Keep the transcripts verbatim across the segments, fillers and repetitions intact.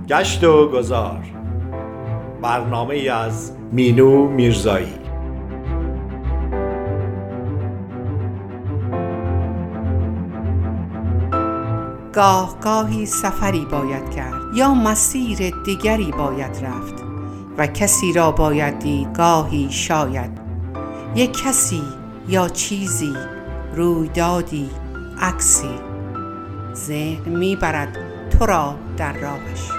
گشت و گذار، برنامه ای از مینو میرزایی. گاه گاهی سفری باید کرد یا مسیر دیگری باید رفت و کسی را باید دید گاهی شاید، یک کسی یا چیزی، رویدادی، عکسی، ذهن میبرد تو را در راهش.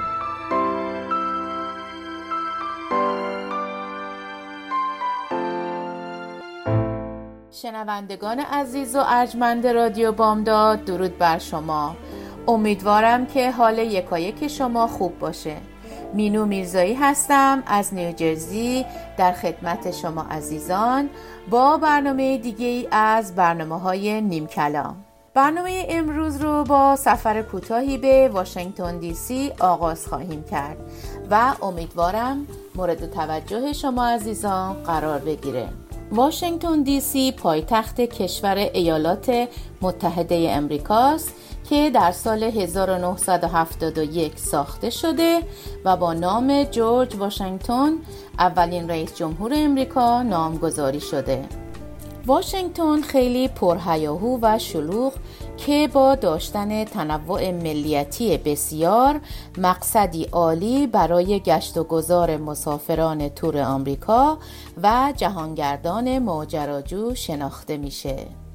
شنوندگان عزیز و ارجمند رادیو بامداد، درود بر شما. امیدوارم که حال یکایک شما خوب باشه. مینو میرزایی هستم از نیوجرسی در خدمت شما عزیزان با برنامه دیگه ای از برنامه های نیم کلام. برنامه امروز رو با سفر کوتاهی به واشنگتن دی سی آغاز خواهیم کرد و امیدوارم مورد توجه شما عزیزان قرار بگیره. واشنگتن دی سی پایتخت کشور ایالات متحده امریکاست که در سال هزار و نهصد و هفتاد و یک ساخته شده و با نام جورج واشنگتن اولین رئیس جمهور امریکا نامگذاری شده. واشنگتن خیلی پرهیاهو و شلوغ که با داشتن تنوع ملیتی بسیار مقصدی عالی برای گشت و گذار مسافران تور آمریکا و جهانگردان ماجراجو شناخته میشه.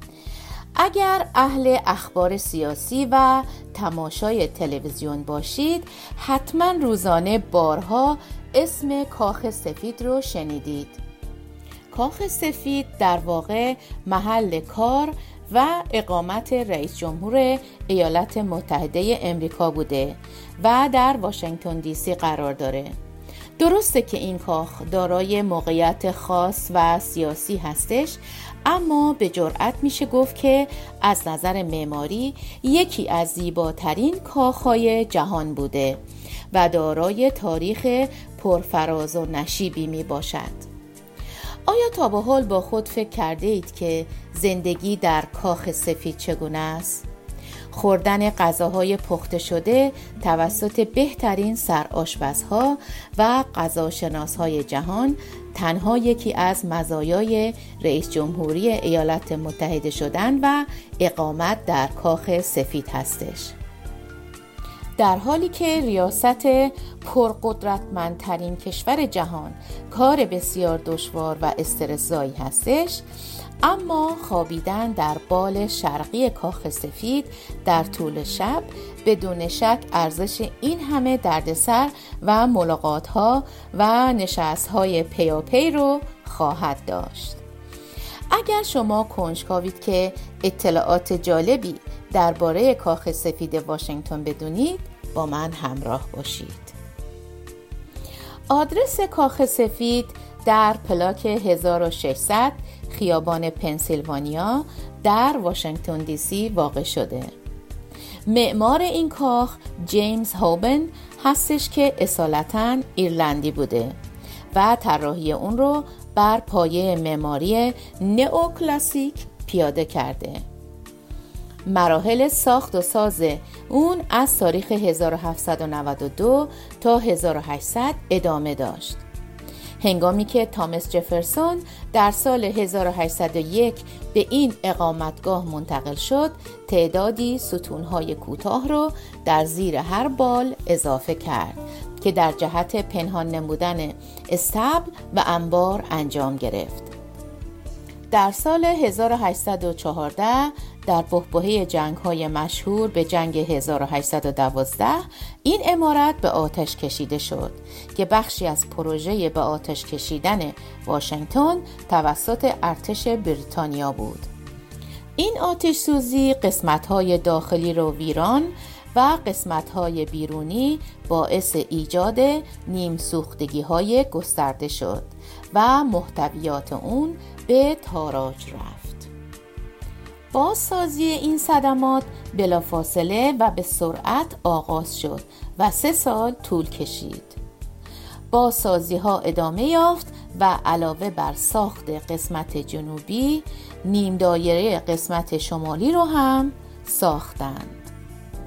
اگر اهل اخبار سیاسی و تماشای تلویزیون باشید، حتما روزانه بارها اسم کاخ سفید رو شنیدید. کاخ سفید در واقع محل کار و اقامت رئیس جمهور ایالات متحده امریکا بوده و در واشنگتن دی سی قرار داره. درسته که این کاخ دارای موقعیت خاص و سیاسی هستش، اما به جرئت میشه گفت که از نظر معماری یکی از زیباترین کاخهای جهان بوده و دارای تاریخ پرفراز و نشیبی می باشد. آیا تا به حال با خود فکر کرده اید که زندگی در کاخ سفید چگونه است؟ خوردن غذاهای پخته شده توسط بهترین سرآشپزها و غذاشناسهای جهان تنها یکی از مزایای رئیس جمهوری ایالات متحده شدن و اقامت در کاخ سفید هستش. در حالی که ریاست پرقدرتمندترین کشور جهان کار بسیار دشوار و استرس‌زایی هستش، اما خوابیدن در بال شرقی کاخ سفید در طول شب بدون شک ارزش این همه دردسر و ملاقات‌ها و نشست‌های پیاپی رو خواهد داشت. اگر شما کنجکاوید که اطلاعات جالبی درباره کاخ سفید واشنگتن بدونید، با من همراه باشید. آدرس کاخ سفید در پلاک هزار و ششصد خیابان پنسیلوانیا در واشنگتن دی سی واقع شده. معمار این کاخ جیمز هوبن هستش که اصالتاً ایرلندی بوده و طراحی اون رو بر پایه معماری نئوکلاسیک پیاده کرده. مراحل ساخت و ساز اون از تاریخ هزار و هفتصد و نود و دو تا هزار و هشتصد ادامه داشت. هنگامی که تامس جفرسون در سال هزار و هشتصد و یک به این اقامتگاه منتقل شد، تعدادی ستونهای کوتاه رو در زیر هر بال اضافه کرد که در جهت پنهان نمودن استبل و انبار انجام گرفت. در سال هزار و هشتصد و چهارده در بحبوحه جنگ‌های مشهور به جنگ هزار و هشتصد و دوازده این عمارت به آتش کشیده شد که بخشی از پروژه به آتش کشیدن واشنگتن توسط ارتش بریتانیا بود. این آتش سوزی قسمت‌های داخلی رو ویران و قسمت‌های بیرونی باعث ایجاد نیم سوختگی‌های گسترده شد و محتویات اون به تاراج رفت. بازسازی این صدمات بلافاصله و به سرعت آغاز شد و سه سال طول کشید. بازسازی ها ادامه یافت و علاوه بر ساخت قسمت جنوبی، نیم دایره قسمت شمالی رو هم ساختند.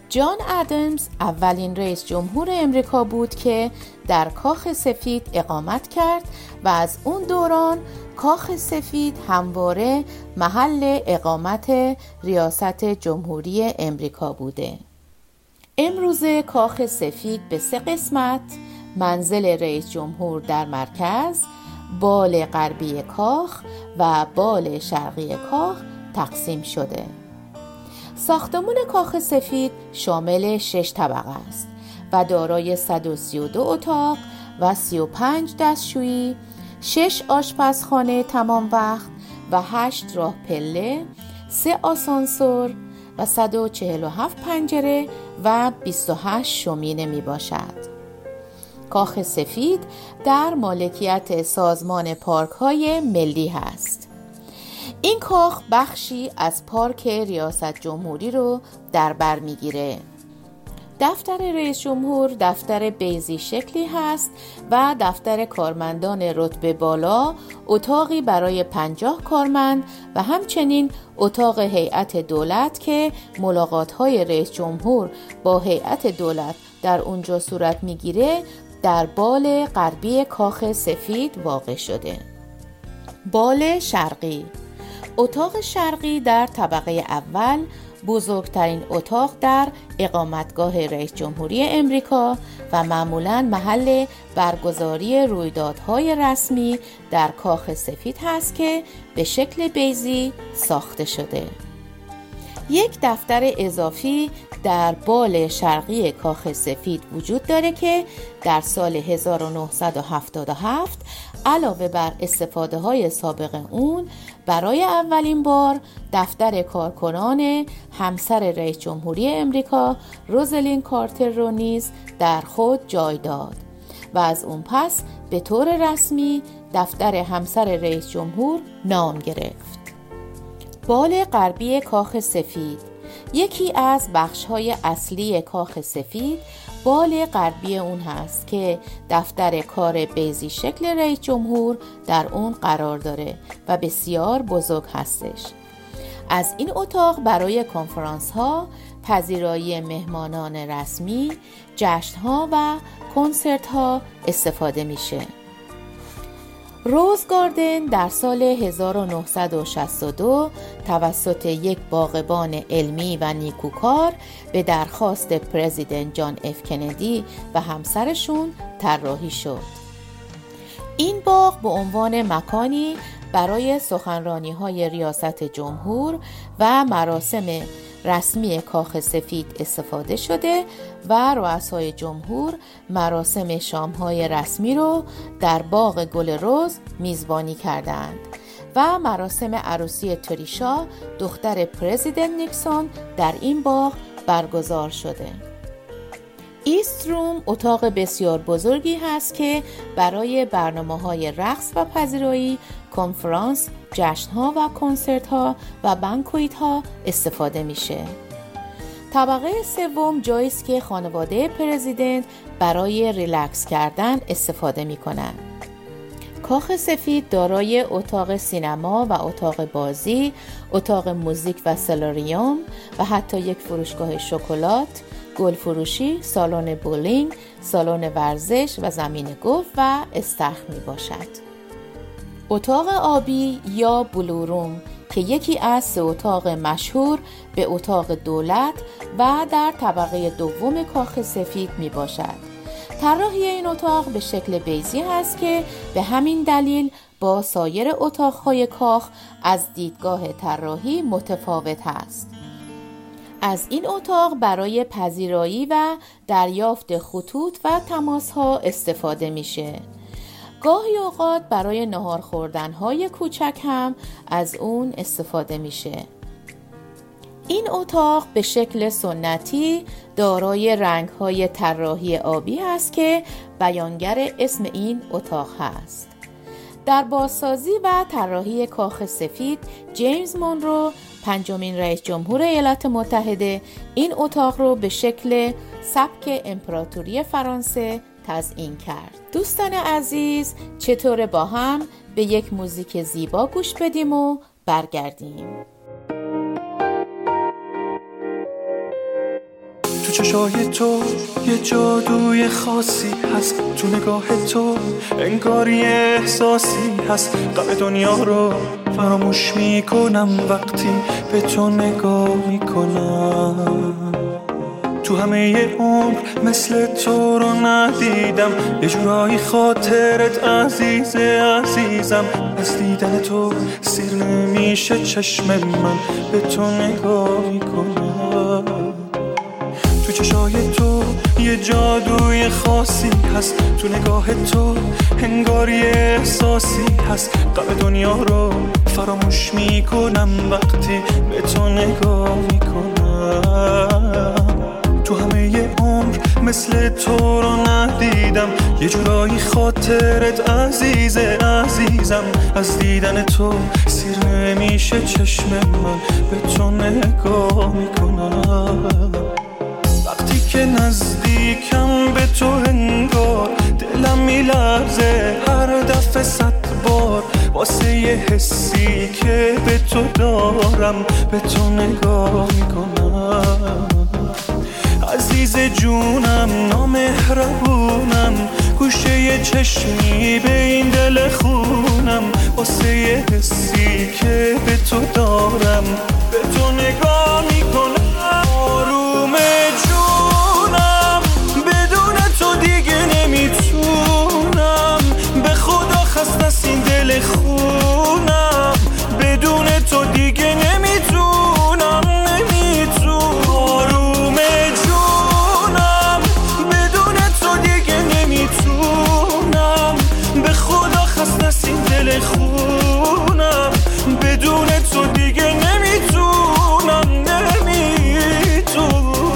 جان ادمز اولین رئیس جمهور امریکا بود که در کاخ سفید اقامت کرد و از اون دوران کاخ سفید همواره محل اقامت ریاست جمهوری امریکا بوده. امروزه کاخ سفید به سه قسمت، منزل رئیس جمهور در مرکز، بال غربی کاخ و بال شرقی کاخ تقسیم شده. ساختمان کاخ سفید شامل شش طبقه است و دارای صد و سی و دو اتاق و سی و پنج دستشویی، شش آشپزخانه تمام وقت و هشت راه پله، سه آسانسور و صد و چهل و هفت پنجره و بیست و هشت شومینه می باشد. کاخ سفید در مالکیت سازمان پارک های ملی هست. این کاخ بخشی از پارک ریاست جمهوری رو در بر میگیره. دفتر رئیس جمهور دفتر بیضی شکلی هست و دفتر کارمندان رتبه بالا اتاقی برای پنجاه کارمند و همچنین اتاق هیئت دولت که ملاقات‌های رئیس جمهور با هیئت دولت در اونجا صورت میگیره در بال غربی کاخ سفید واقع شده. بال شرقی، اتاق شرقی در طبقه اول بزرگترین اتاق در اقامتگاه رئیس جمهوری امریکا و معمولاً محل برگزاری رویدادهای رسمی در کاخ سفید هست که به شکل بیضی ساخته شده. یک دفتر اضافی در بال شرقی کاخ سفید وجود داره که در سال هزار و نهصد و هفتاد و هفت علاوه بر استفاده های سابق اون برای اولین بار دفتر کارکنان همسر رئیس جمهوری امریکا روزالین کارتر رو نیز در خود جای داد و از اون پس به طور رسمی دفتر همسر رئیس جمهور نام گرفت. بال غربی کاخ سفید یکی از بخش‌های اصلی کاخ سفید بال غربی اون هست که دفتر کار بیضی شکل رئیس جمهور در اون قرار داره و بسیار بزرگ هستش. از این اتاق برای کنفرانس ها، پذیرایی مهمانان رسمی، جشن ها و کنسرت ها استفاده میشه. روز گاردن در سال هزار و نهصد و شصت و دو توسط یک باغبان علمی و نیکوکار به درخواست پرزیدنت جان اف کندی و همسرشون طراحی شد. این باغ به عنوان مکانی برای سخنرانی‌های ریاست جمهور و مراسم رسمی کاخ سفید استفاده شده و رؤسای جمهور مراسم شام‌های رسمی رو در باغ گل رز میزبانی کردند و مراسم عروسی تریشا دختر پرزیدنت نیکسون در این باغ برگزار شده. ایست روم اتاق بسیار بزرگی هست که برای برنامه‌های رقص و پذیرایی، کنفرانس، جشن‌ها و کنسرت‌ها و بانکویت‌ها استفاده میشه. طبقه سوم جایی است که خانواده پرزیدنت برای ریلکس کردن استفاده می‌کنند. کاخ سفید دارای اتاق سینما و اتاق بازی، اتاق موزیک و سلاریوم و حتی یک فروشگاه شکلات، گل فروشی، سالن بولینگ، سالن ورزش و زمین گلف و استخر می باشد. اتاق آبی یا بلو روم که یکی از سه اتاق مشهور به اتاق دولت و در طبقه دوم کاخ سفید می باشد. طراحی این اتاق به شکل بیضی هست که به همین دلیل با سایر اتاقهای کاخ از دیدگاه طراحی متفاوت است. از این اتاق برای پذیرایی و دریافت خطوط و تماس‌ها استفاده میشه. گاهی اوقات برای نهار خوردن‌های کوچک هم از اون استفاده میشه. این اتاق به شکل سنتی دارای رنگ‌های طراحی آبی است که بیانگر اسم این اتاق هست. در بازسازی و طراحی کاخ سفید جیمز مونرو پنجمین رئیس جمهور ایالات متحده این اتاق رو به شکل سبک امپراتوری فرانسه تزیین کرد. دوستان عزیز، چطور با هم به یک موزیک زیبا گوش بدیم و برگردیم؟ چشای تو یه جادوی خاصی هست، تو نگاه تو انگار یه احساسی هست. غم دنیا رو فراموش میکنم وقتی به تو نگاه میکنم. تو همه عمر مثل تو رو ندیدم، یه جورایی خاطرت عزیزه عزیزم. از دیدن تو سیر نمیشه چشم من، به تو نگاه میکنم. تو چشای تو یه جادوی خاصی هست، تو نگاه تو انگار یه احساسی هست. غم دنیا رو فراموش میکنم وقتی به تو نگاه میکنم. تو همه عمر مثل تو رو ندیدم، یه جورایی خاطرت عزیزه عزیزم. از دیدن تو سیر نمیشه چشم من، به تو نگاه میکنم. وقتی که نزدیکم به تو انگار دلم میلرزه هر دفعه صد بار، واسه یه حسی که به تو دارم به تو نگاه میکنم. عزیز جونم نامهربونم، گوشه یه چشمی به این دل خونم، واسه یه حسی که به تو دارم به تو نگاه میکنم. آروم جونم بدون تو دیگه نمیتونم، به خدا خسته از این دل خونم، بدون تو دیگه نمیتونم نمیتونم. آروم جونم بدون تو دیگه نمیتونم، به خدا خسته از این دل خونم، بدون تو دیگه نمیتونم نمیتونم.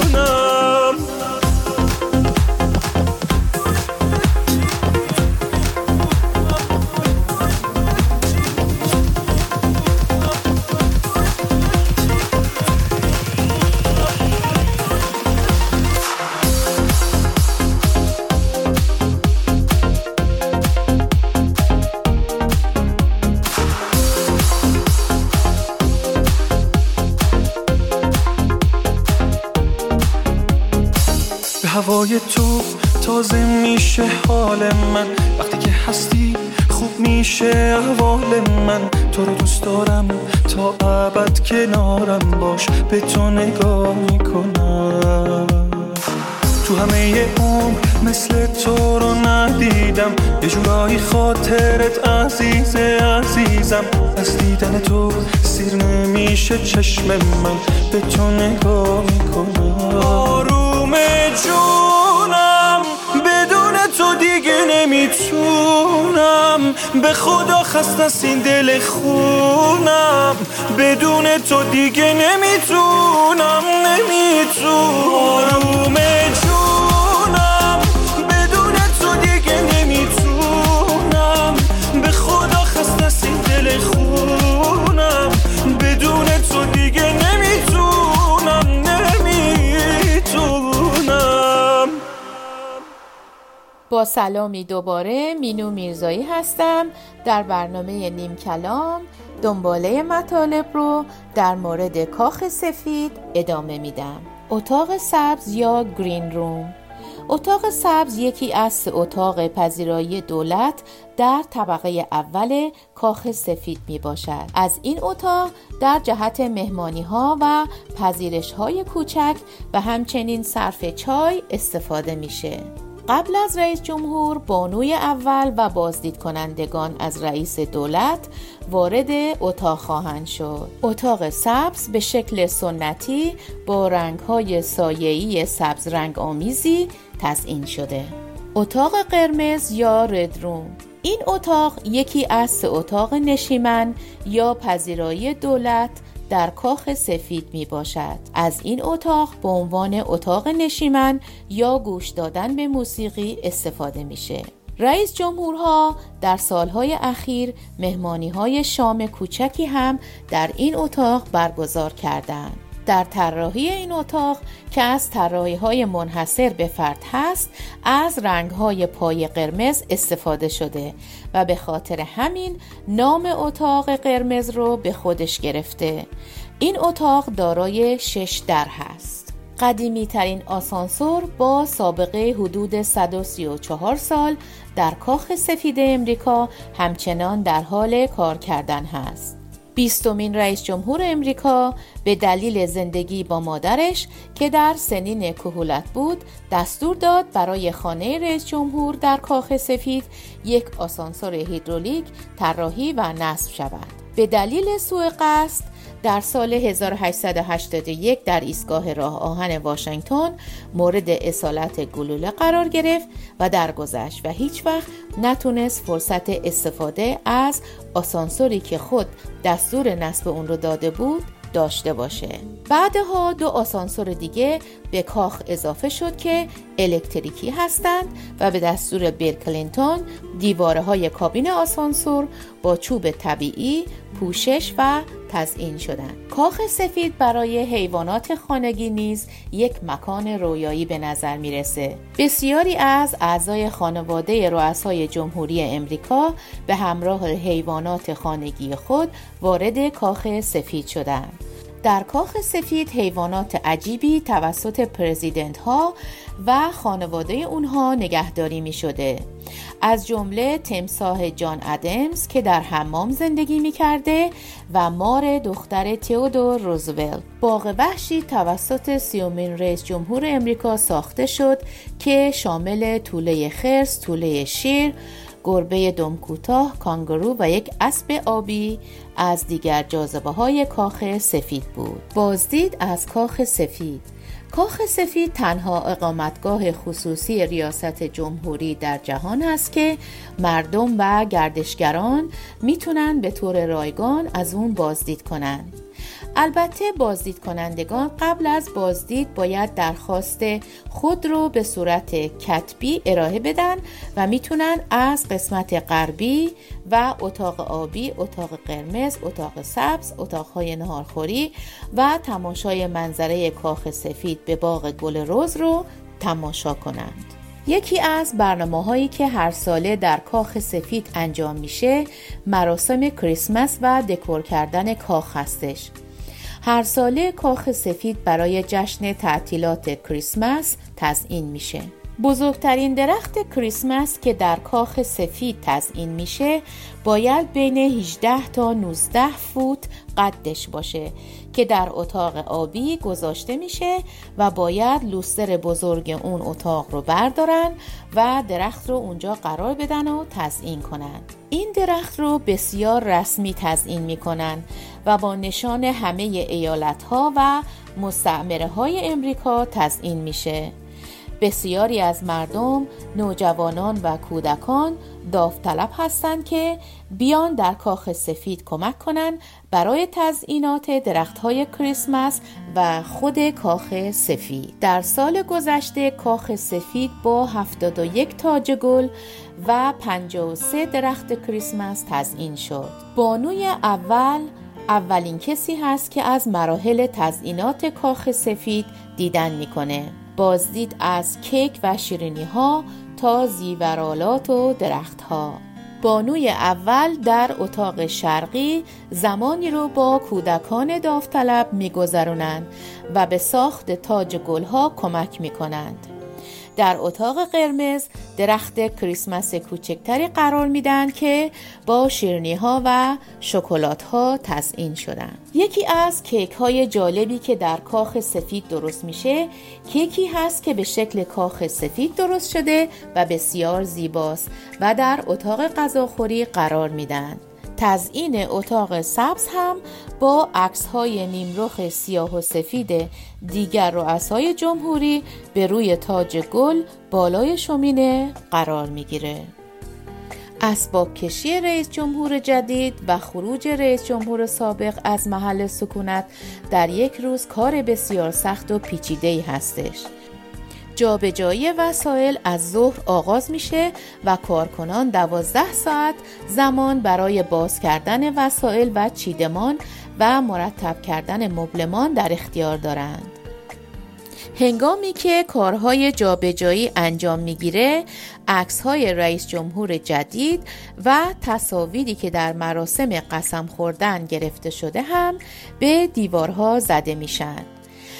هوای تو تازه میشه حال من، وقتی که هستی خوب میشه احوال من. تو رو دوست دارم تا ابد کنارم باش، به تو نگاه میکنم. تو همه عمر مثل تو رو ندیدم، یه جورایی خاطرت عزیزه عزیزم. از دیدن تو سیر نمیشه چشم من، به تو نگاه میکنم. آروم جونم بدون تو دیگه نمیتونم، به خدا خسته از این دل خونم، بدون تو دیگه نمیتونم نمیتونم. آروم جونم بدون تو دیگه نمیتونم، به خدا خسته از این دل خونم، بدون تو دیگه نمیتونم نمیتونم. با سلامی دوباره مینو میرزایی هستم. در برنامه نیم کلام دنباله مطالب رو در مورد کاخ سفید ادامه میدم. اتاق سبز یا گرین روم. اتاق سبز یکی از سه اتاق پذیرایی دولت در طبقه اول کاخ سفید می باشد. از این اتاق در جهت مهمانی ها و پذیرش های کوچک و همچنین صرف چای استفاده میشه. قبل از رئیس جمهور، بانوی اول و بازدید کنندگان از رئیس دولت وارد اتاق خواهند شد. اتاق سبز به شکل سنتی با رنگ‌های سایه‌ای سبز رنگ آمیزی تزیین شده. اتاق قرمز یا رد روم. این اتاق یکی از سه اتاق نشیمن یا پذیرایی دولت در کاخ سفید می باشد. از این اتاق به عنوان اتاق نشیمن یا گوش دادن به موسیقی استفاده میشه. رئیس جمهورها در سالهای اخیر مهمانی‌های شام کوچکی هم در این اتاق برگزار کردند. در طراحی این اتاق که از طراحی‌های منحصر به فرد هست، از رنگ‌های پای قرمز استفاده شده و به خاطر همین نام اتاق قرمز رو به خودش گرفته. این اتاق دارای شش در هست. قدیمی ترین آسانسور با سابقه حدود صد و سی و چهار سال در کاخ سفید امریکا همچنان در حال کار کردن هست. بیستمین رئیس جمهور امریکا به دلیل زندگی با مادرش که در سنین کهولت بود دستور داد برای خانه رئیس جمهور در کاخ سفید یک آسانسور هیدرولیک طراحی و نصب شود. به دلیل سوء قصد در سال هزار و هشتصد و هشتاد و یک در ایستگاه راه آهن واشنگتن مورد اصالت گلوله قرار گرفت و درگذشت و هیچ وقت نتونست فرصت استفاده از آسانسوری که خود دستور نصب اون رو داده بود داشته باشه. بعدها دو آسانسور دیگه به کاخ اضافه شد که الکتریکی هستند و به دستور بیل کلینتون دیواره های کابین آسانسور با چوب طبیعی پوشش و تزیین شدند. کاخ سفید برای حیوانات خانگی نیز یک مکان رویایی به نظر میرسه. بسیاری از اعضای خانواده رؤسای جمهوری امریکا به همراه حیوانات خانگی خود وارد کاخ سفید شدند. در کاخ سفید حیوانات عجیبی توسط پرزیدنت ها و خانواده اونها نگهداری می شده. از جمله تمساح جان ادمز که در حمام زندگی می کرده و مار دختر تئودور روزولت. باغ وحشی توسط سیومین رئیس جمهور امریکا ساخته شد که شامل توله خرس، توله شیر، گربه دم کوتاه، کانگورو و یک اسب آبی از دیگر جاذبه های کاخ سفید بود. بازدید از کاخ سفید. کاخ سفید تنها اقامتگاه خصوصی ریاست جمهوری در جهان است که مردم و گردشگران میتونن به طور رایگان از اون بازدید کنن. البته بازدید کنندگان قبل از بازدید باید درخواست خود رو به صورت کتبی ارائه بدن و میتونن از قسمت غربی و اتاق آبی، اتاق قرمز، اتاق سبز، اتاقهای نهارخوری و تماشای منظره کاخ سفید به باغ گل رز رو تماشا کنند. یکی از برنامه‌هایی که هر ساله در کاخ سفید انجام میشه مراسم کریسمس و دکور کردن کاخ هستش. هر ساله کاخ سفید برای جشن تعطیلات کریسمس تزیین میشه. بزرگترین درخت کریسمس که در کاخ سفید تزیین میشه باید بین هجده تا نوزده فوت قدش باشه که در اتاق آبی گذاشته میشه و باید لوستر بزرگ اون اتاق رو بردارن و درخت رو اونجا قرار بدن و تزیین کنن. این درخت رو بسیار رسمی تزیین میکنن و با نشان همه ایالت‌ها و مستعمره‌های امریکا تزیین میشه. بسیاری از مردم، نوجوانان و کودکان داوطلب هستند که بیان در کاخ سفید کمک کنند برای تزیینات درخت‌های کریسمس و خود کاخ سفید. در سال گذشته کاخ سفید با هفتاد و یک تاج گل و پنجاه و سه درخت کریسمس تزیین شد. بانوی اول اولین کسی هست که از مراحل تزیینات کاخ سفید دیدن میکنه. بازدید از کیک و شیرینی ها تا زیورالات و درخت ها. بانوی اول در اتاق شرقی زمانی رو با کودکان داوطلب میگذرونند و به ساخت تاج گل ها کمک میکنند. در اتاق قرمز درخت کریسمس کوچکتری قرار میدن که با شیرینی ها و شکلات ها تزیین شدن. یکی از کیک های جالبی که در کاخ سفید درست میشه کیکی هست که به شکل کاخ سفید درست شده و بسیار زیباست و در اتاق غذاخوری قرار میدن. تزیین اتاق سبز هم با عکس‌های نیمرخ سیاه و سفید دیگر رؤسای جمهوری به روی تاج گل بالای شومینه قرار میگیره. اسباب کشی رئیس جمهور جدید و خروج رئیس جمهور سابق از محل سکونت در یک روز کار بسیار سخت و پیچیده‌ای هستش. جابجایی وسایل از ظهر آغاز میشه و کارکنان دوازده ساعت زمان برای باز کردن وسایل و چیدمان و مرتب کردن مبلمان در اختیار دارند. هنگامی که کارهای جابجایی انجام میگیره، عکس‌های رئیس جمهور جدید و تصاویری که در مراسم قسم خوردن گرفته شده هم به دیوارها زده میشن.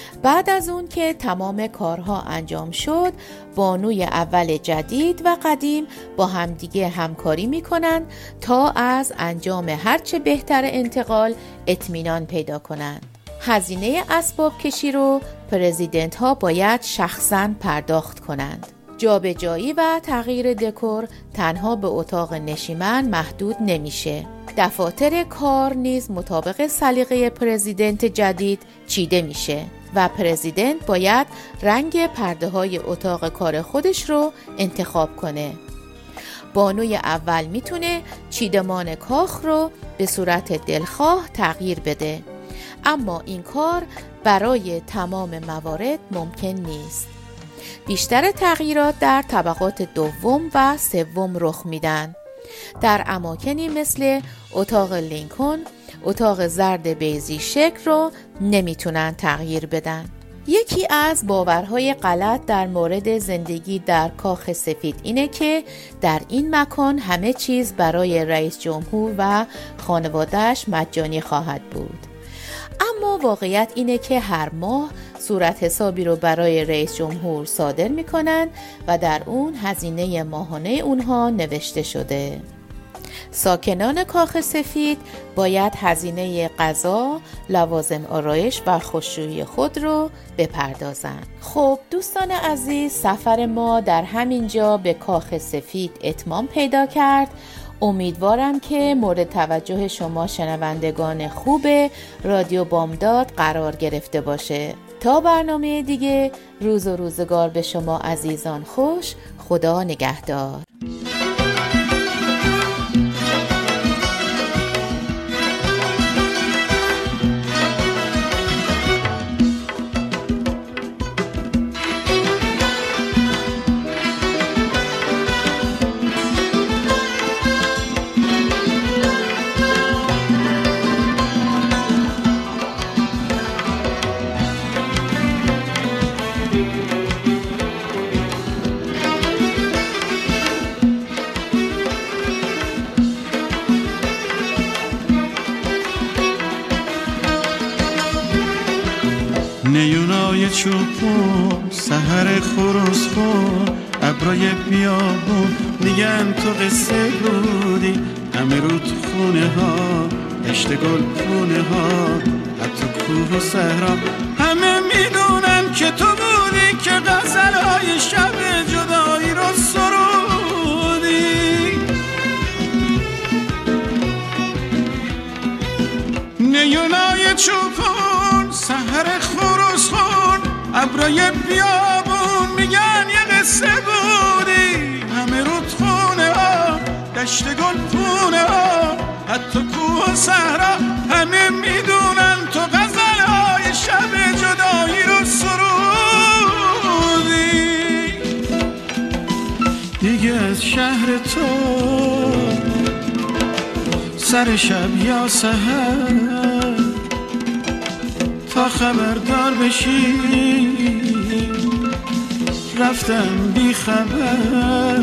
بعد از اون که تمام کارها انجام شد، بانوی اول جدید و قدیم با همدیگه همکاری میکنن تا از انجام هرچه بهتر انتقال اطمینان پیدا کنن. هزینه اسباب کشی رو پرزیدنت ها باید شخصاً پرداخت کنند. جابجایی و تغییر دکور تنها به اتاق نشیمن محدود نمیشه. دفاتر کار نیز مطابق سلیقه پرزیدنت جدید چیده میشه و پرزیدنت باید رنگ پرده های اتاق کار خودش رو انتخاب کنه. بانوی اول میتونه چیدمان کاخ رو به صورت دلخواه تغییر بده، اما این کار برای تمام موارد ممکن نیست. بیشتر تغییرات در طبقات دوم و سوم رخ میدن. در اماکنی مثل اتاق لینکن، اتاق زرد بیضی شکل رو نمیتونن تغییر بدن. یکی از باورهای غلط در مورد زندگی در کاخ سفید اینه که در این مکان همه چیز برای رئیس جمهور و خانواده‌اش مجانی خواهد بود. اما واقعیت اینه که هر ماه صورت حسابی رو برای رئیس جمهور صادر میکنن و در اون هزینه ماهانه اونها نوشته شده. ساکنان کاخ سفید باید هزینه غذا، لوازم آرایش و خشکشویی خود رو بپردازن. خب دوستان عزیز، سفر ما در همین جا به کاخ سفید اتمام پیدا کرد. امیدوارم که مورد توجه شما شنوندگان خوب رادیو بامداد قرار گرفته باشه. تا برنامه دیگه، روز و روزگار به شما عزیزان خوش. خدا نگهدار. نیونای چوبون سحر خروس خون ابرای بیابون میگن تو قصه بودی، همه رو تو خونه ها دشت گل خونه ها حتی کوه و صحرا همه میدونن که تو بودی که غزلهای شب جدایی رو سرودی. نیونای چوبون سحر خروس خون ابرای بیابون میگن یه قصه بودی، همه رود خونه ها دشت گل خونه ها حتی کوه و صحرا همه میدونن تو غزلهای شب جدایی رو سرودی. دیگه از شهر تو سر شب یا سحر تا خبردار بشی رفتم بی خبر.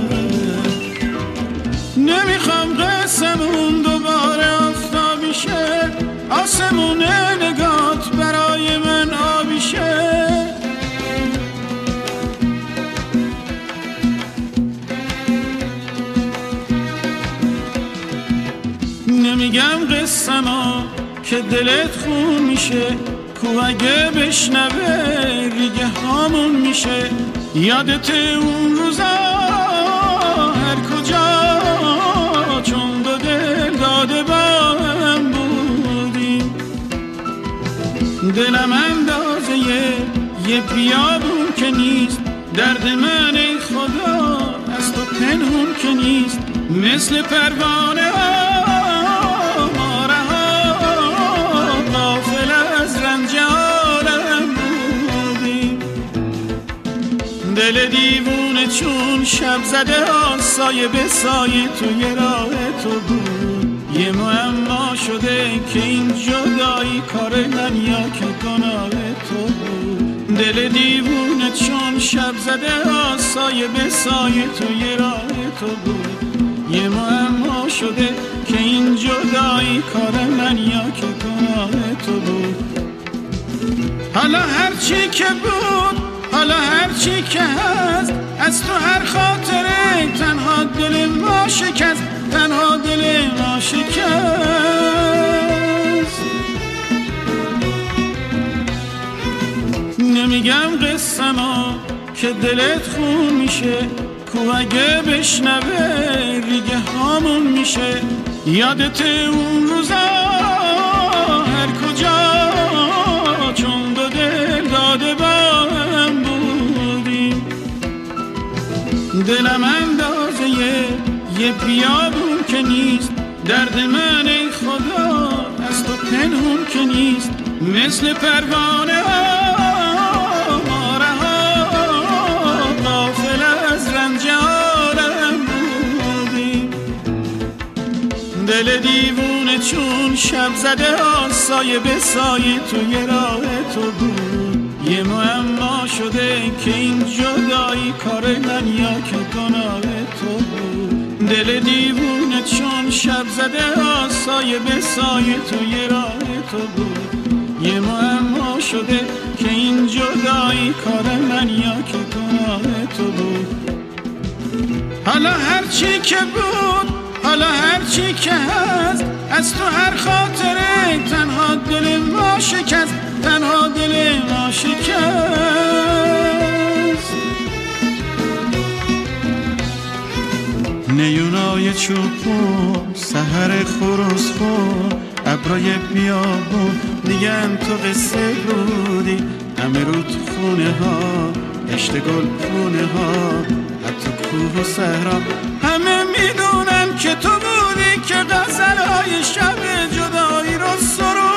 نمیخوام قسمون دوباره آفتابی شه، آسمون نگات برای من آبی شه. نمیگم قسمو که دلت خون میشه، کو اگه بشنوه ریگه هامون میشه. یادت اون روزا هر کجا چون دو دل داده با هم بودیم، دلم اندازه یه بیابون که نیست، درد من ای خدا از تو پنهون که نیست. مثل پروانه ها دل دیوونه چون شب زده ها سایه به سایه توی راه تو بود. یه معما شده که این جدایی کار من یا که گناه تو بود. دل دیوونه چون شب زده ها سایه به سایه توی راه تو بود. یه معما شده که این جدایی کار من یا که گناه تو بود. حالا هرچی که بود، حالا هرچی که هست، از تو هر خاطره تنها دل ما شکست، تنها دل ما شکست. نمیگم قصه‌مو که دلت خون میشه، کو اگه بشنوه ریگه هامون میشه. یادت اون روزا هر کجا چون دو دل داده با هم بودیم، دلم اندازه یه بیابون که نیست، درد من ای خدا از تو پنهون که نیست. مثل پروانه ها ما رها غافل از رنج عالم بودیم، دل دیوونه چون شب زده ها سایه به سایه توی راه تو بود. یه معما شده که این جدایی کار من یا که گناه تو بود. دل دیوونه چون شب زده ها سایه به سایه توی راه تو بود. یه معما شده که این جدایی کار من یا که گناه تو بود. حالا هرچی که بود، حالا هرچی که هست، از تو هر خاطره تنها دل ما شکست، تنها دل ما شکست. نیونای چوبون سحر خروس خون ابرای بیابون دیگن تو قصه بودی، همه رو تو خونه ها اشت گل خونه ها حتی کوه و صحرا. همه میدونن که تو بودی که غزلهای شب جدایی رو سرود.